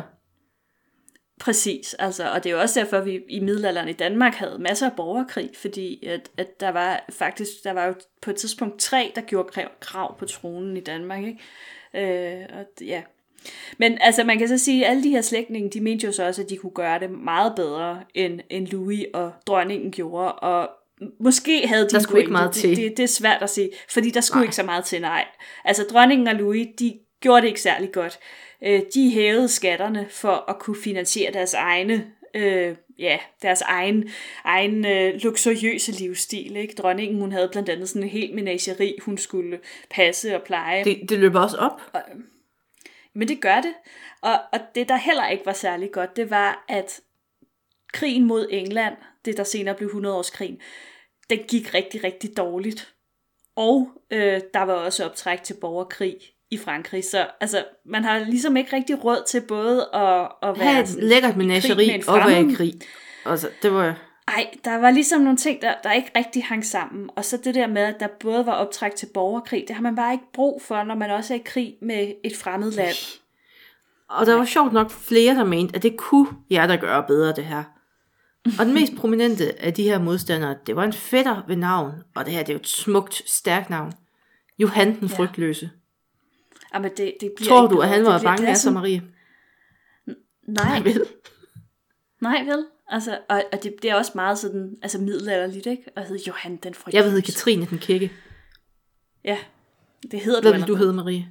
Præcis, altså, og det er jo også derfor, at vi i middelalderen i Danmark havde masser af borgerkrig, fordi at, at der var faktisk, der var jo på et tidspunkt tre, der gjorde krav på tronen i Danmark, ikke? Øh, og ja. Men altså, man kan så sige, at alle de her slægtninge, de mente jo så også, at de kunne gøre det meget bedre, end, end Louis og dronningen gjorde, og måske havde de der skulle ikke meget til. Det, det, det er svært at sige, fordi der skulle nej. ikke så meget til, nej. Altså, dronningen og Louis, de gjorde det ikke særlig godt. De hævede skatterne for at kunne finansiere deres egne, øh, ja, deres egen, egen øh, luksuriøse livsstil. Ikke? Dronningen, hun havde blandt andet sådan en hel menageri, hun skulle passe og pleje. Det, det løber også op. Og, men det gør det. Og, og det, der heller ikke var særlig godt, det var, at krigen mod England, det der senere blev hundrede-årskrigen, den gik rigtig, rigtig dårligt. Og øh, der var også optræk til borgerkrig i Frankrig, så altså, man har ligesom ikke rigtig råd til både at, at være have et lækkert menageri og være i krig. Altså, det var... Ej, der var ligesom nogle ting, der, der ikke rigtig hang sammen, og så det der med, at der både var optræk til borgerkrig, det har man bare ikke brug for, når man også er i krig med et fremmed land. Og der var sjovt nok flere, der mente, at det kunne jeg da gøre bedre, det her. Og den mest prominente af de her modstandere, det var en fætter ved navn, og det her, det er jo et smukt, stærkt navn. Johan den Frygtløse. Ja. Jamen, det, det bliver tror du, at han var bange af sig, Marie? Nej. Nej, vel? Nej, vel? Altså, og, og det, det er også meget sådan, altså middelalderligt, ikke? Og hedder Johan den Frygtløse. Jeg vil hedde Katrine den Kække. Ja, det hedder Hvad du. Hvad vil du hedde, Marie?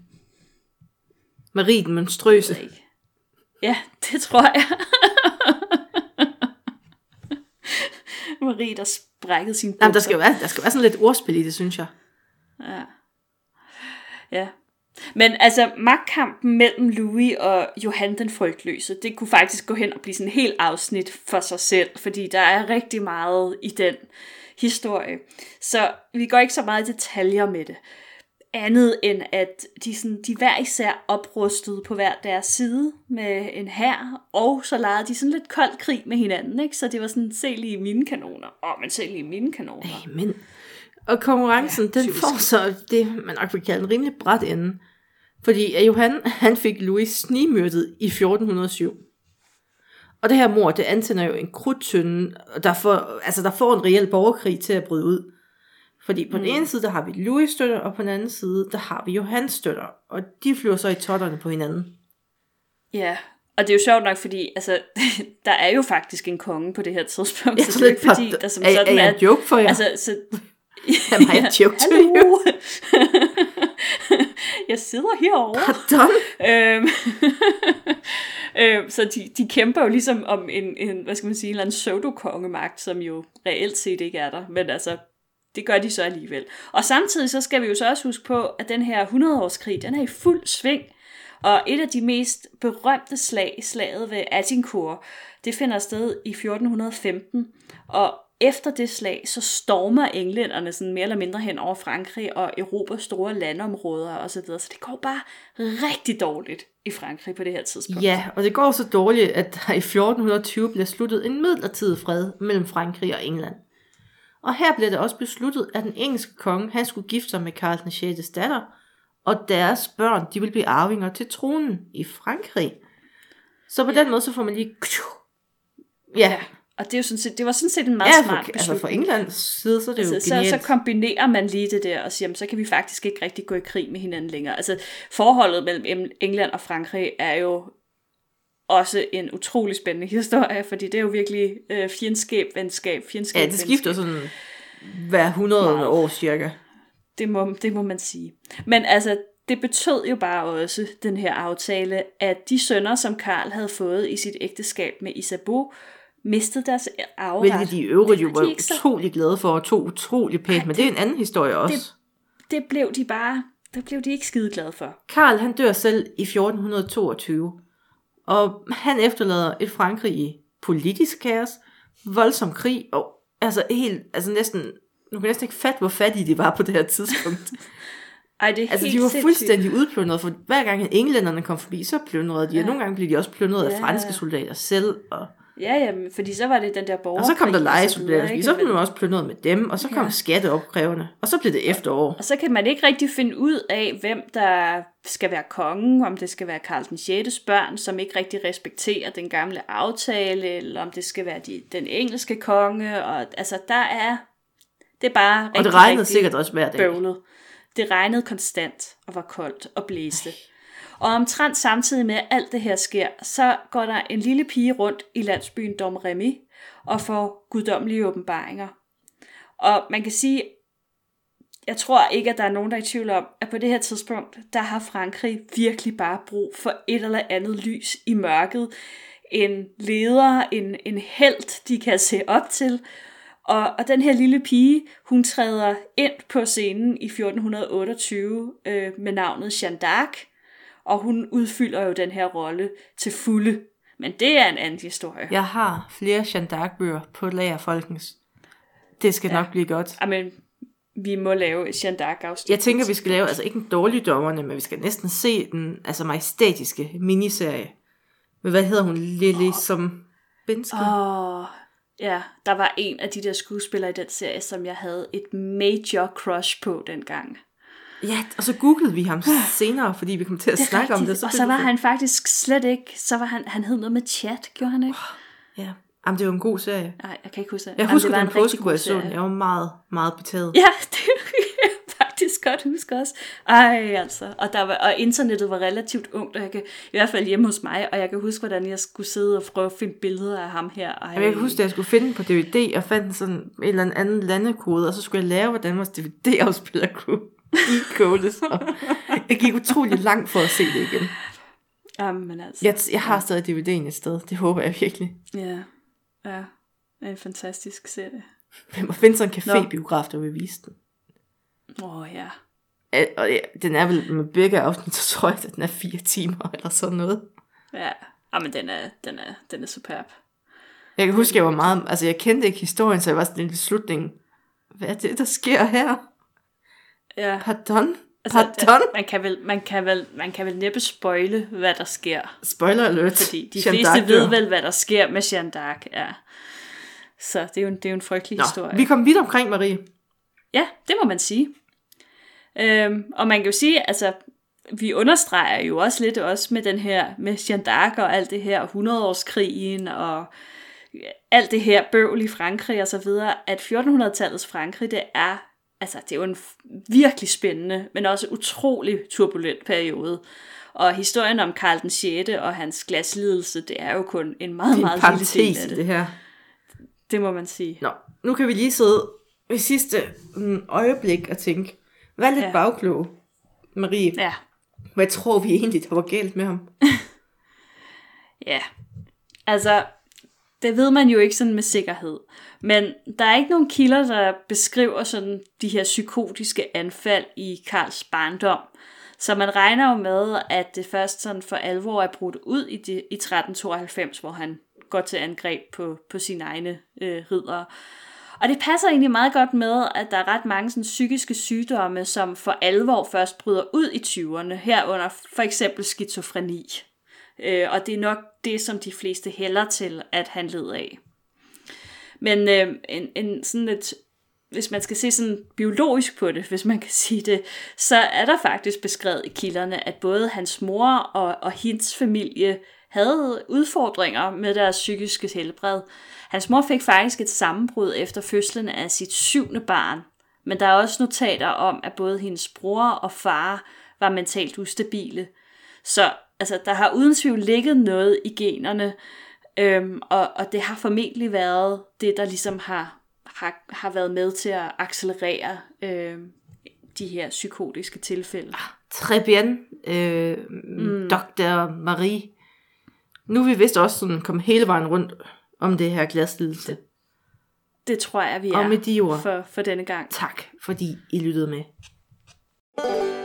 Marie den Monstrøse. Ja, det tror jeg. Marie, der sprækkede sin bukser. Jamen, der skal jo være, der skal være sådan lidt ordspil i det, synes jeg. Ja. Ja. Men altså, magtkampen mellem Louis og Johan den Frygtløse, det kunne faktisk gå hen og blive sådan en helt afsnit for sig selv, fordi der er rigtig meget i den historie. Så vi går ikke så meget i detaljer med det. Andet end at de, sådan, de hver især oprustede på hver deres side med en hær, og så legede de sådan lidt kold krig med hinanden, ikke? Så det var sådan, se lige mine kanoner, åh, oh, men se lige mine kanoner. Amen. Og konkurrencen, ja, den typisk. får så det, man nok vil kalde en rimelig brat ende. Fordi Johan, han fik Louis snigmyrdet i fjorten hundrede og syv. Og det her mord, det antænder jo en krudtønde, der får, altså der får en reel borgerkrig til at bryde ud. Fordi på mm. den ene side, der har vi Louis støtter, og på den anden side, der har vi Johans støtter. Og de flyver så i totterne på hinanden. Ja, og det er jo sjovt nok, fordi altså, der er jo faktisk en konge på det her tidspunkt. Ja, så det er ikke fordi, der som er, sådan er jeg en joke for jer? Altså, så, Am I a joke to you? Jeg sidder herovre. Pardon? Øhm, øhm, så de, de kæmper jo ligesom om en, en hvad skal man sige, en eller anden pseudo-kongemagt, som jo reelt set ikke er der. Men altså, det gør de så alligevel. Og samtidig så skal vi jo så også huske på, at den her hundrede-årskrig, den er i fuld sving. Og et af de mest berømte slag, slaget ved Agincourt, det finder sted i fjorten femten. Og efter det slag, så stormer englænderne sådan mere eller mindre hen over Frankrig og erobrer store landområder og så videre. Så det går bare rigtig dårligt i Frankrig på det her tidspunkt. Ja, og det går så dårligt, at der i fjorten tyve bliver sluttet en midlertidig fred mellem Frankrig og England. Og her blev det også besluttet, at den engelske konge, han skulle gifte sig med Karl den sjette datter, og deres børn, de ville blive arvinger til tronen i Frankrig. Så på ja. den måde, så får man lige... Ja. ja. Og det, er jo sådan set, det var sådan set en meget ja, for, smart beslutning. Altså for Englands side, så er det altså, jo genialt. Så, så kombinerer man lige det der og siger, jamen, så kan vi faktisk ikke rigtig gå i krig med hinanden længere. Altså forholdet mellem England og Frankrig er jo også en utrolig spændende historie, fordi det er jo virkelig øh, fjendskab, venskab, fjendskab, ja, det skifter sådan hver hundrede wow. år cirka. Det må, det må man sige. Men altså, det betød jo bare også, den her aftale, at de sønner, som Karl havde fået i sit ægteskab med Isabeau, mistede deres arveret. Hvilket de øvrigt jo var utrolig glade for, og tog utrolig pænt, men det er en anden historie også. Det, det blev de bare, det blev de ikke skide glade for. Karl, han dør selv i fjorten toogtyve, Og han efterlader et Frankrig i politisk kaos, voldsom krig, og altså helt, altså næsten, nu kan næsten ikke fatte, hvor fattige de var på det her tidspunkt. Ej, det er altså, helt de var sindssygt. fuldstændig udplyndret, for hver gang englænderne kom forbi, så plyndrede de, ja. Og nogle gange blev de også plyndret ja. Af franske soldater selv, og ja, jamen, fordi så var det den der borgerkrig. Og så kom der lejesoldater, fordi så blev man også plyndret med dem, og så kom ja. Skatteopkrævende, og så blev det efterår. Og så kan man ikke rigtig finde ud af, hvem der skal være kongen, om det skal være Karl den sjette børn, som ikke rigtig respekterer den gamle aftale, eller om det skal være de, den engelske konge, og altså der er, det er bare rigtig, og det regnede rigtig sikkert også hver dag. Bøvlet. Det regnede konstant, og var koldt og blæste. Ej. Og omtrent samtidig med, at alt det her sker, så går der en lille pige rundt i landsbyen Domremy og får guddommelige åbenbaringer. Og man kan sige, jeg tror ikke, at der er nogen, der er i tvivl om, at på det her tidspunkt, der har Frankrig virkelig bare brug for et eller andet lys i mørket. En leder, en, en helt, de kan se op til. Og, og den her lille pige, hun træder ind på scenen i fjorten otteogtyve øh, med navnet Jeanne d'Arc. Og hun udfylder jo den her rolle til fulde. Men det er en anden historie. Jeg har flere Jeanne d'Arc-bøger på lager, folkens. Det skal ja. Nok blive godt. Amen, vi må lave et Jeanne d'Arc-afsnit. Jeg tænker, vi skal lave, altså ikke en dårlig dommerne, men vi skal næsten se den altså majestætiske miniserie. Men hvad hedder hun? Lily oh. som Binske? Åh, oh, ja. Der var en af de der skuespillere i den serie, som jeg havde et major crush på dengang. Ja, og så googlede vi ham senere, fordi vi kom til at snakke rigtigt. Om det. Så og så var han faktisk slet ikke, så var han, han hed noget med chat, gjorde han ikke? Oh, ja, jamen det var en god serie. Nej, jeg kan ikke huske det. Jeg Jamen, husker det var den påske, hvor jeg så den. Jeg var meget, meget betaget. Ja, det kan jeg faktisk godt huske også. Ej, altså. Og, der var, og internettet var relativt ungt, og jeg kan, i hvert fald hjemme hos mig, og jeg kan huske, hvordan jeg skulle sidde og prøve at finde billeder af ham her. Ej. Jeg kan huske, at jeg skulle finde på D V D, og fandt sådan en eller anden landekode, og så skulle jeg lære, hvordan vores D V D-afspiller kunne i kodes. Jeg gik utrolig langt for at se det igen. Jamen altså. Jeg, jeg har stadig D V D'en et sted, det håber jeg virkelig. Ja, ja. Det er en fantastisk serie. Man må finde sådan en café-biograf, der vil vise den. Åh oh, ja. Og ja, den er vel med begge afsnit, så tror jeg, at den er fire timer eller sådan noget. Ja, men den er, den er, den er superb. Jeg kan huske, jeg var meget, altså jeg kendte ikke historien, så jeg var sådan en slutning. Hvad er det, der sker her? Ja. Pardon? Altså, Pardon? Man kan, vel, man, kan vel, man kan vel næppe spoile, hvad der sker. Spoiler alert. Fordi de Jeanne fleste Dark ved vel, hvad der sker med Jeanne d'Arc. Ja. Så det er, jo en, det er jo en frygtelig Nå, historie. Vi kom vidt omkring, Marie. Ja, det må man sige. Øhm, og man kan jo sige, altså, vi understreger jo også lidt også med den her, med Jeanne d'Arc og alt det her, hundredårskrigen og alt det her bøvl i Frankrig og så videre, at fjortenhundredetallets Frankrig, det er, altså, det er jo en virkelig spændende, men også utrolig turbulent periode. Og historien om Karl den sjette og hans glaslidelse, det er jo kun en meget, det meget lille del af det. det her. Det må man sige. Nå, nu kan vi lige sidde i sidste mm, øjeblik og tænke, hvad lidt ja. bagklog, Marie. Ja. Hvad tror vi egentlig, der var galt med ham? Ja, altså, det ved man jo ikke sådan med sikkerhed. Men der er ikke nogen kilder, der beskriver sådan de her psykotiske anfald i Karls barndom. Så man regner jo med, at det først sådan for alvor er brudt ud i, de, i tretten tooghalvfems, hvor han går til angreb på, på sine egne øh, riddere. Og det passer egentlig meget godt med, at der er ret mange sådan, psykiske sygdomme, som for alvor først bryder ud i tyverne, herunder for eksempel skizofreni. Øh, og det er nok det, som de fleste hælder til, at han led af. Men øh, en, en, sådan et, hvis man skal se sådan biologisk på det, hvis man kan sige det, så er der faktisk beskrevet i kilderne, at både hans mor og, og hendes familie havde udfordringer med deres psykiske helbred. Hans mor fik faktisk et sammenbrud efter fødslen af sit syvende barn, men der er også notater om, at både hendes bror og far var mentalt ustabile. Så altså, der har uden tvivl ligget noget i generne, øhm, og, og det har formentlig været det, der ligesom har, har, har været med til at accelerere øhm, de her psykotiske tilfælde. Très bien, øh, mm. doktor Marie. Nu er vi vist også sådan kommet hele vejen rundt om det her glaslidelse. Det tror jeg, vi er og med de ord, for, for denne gang. Tak, fordi I lyttede med.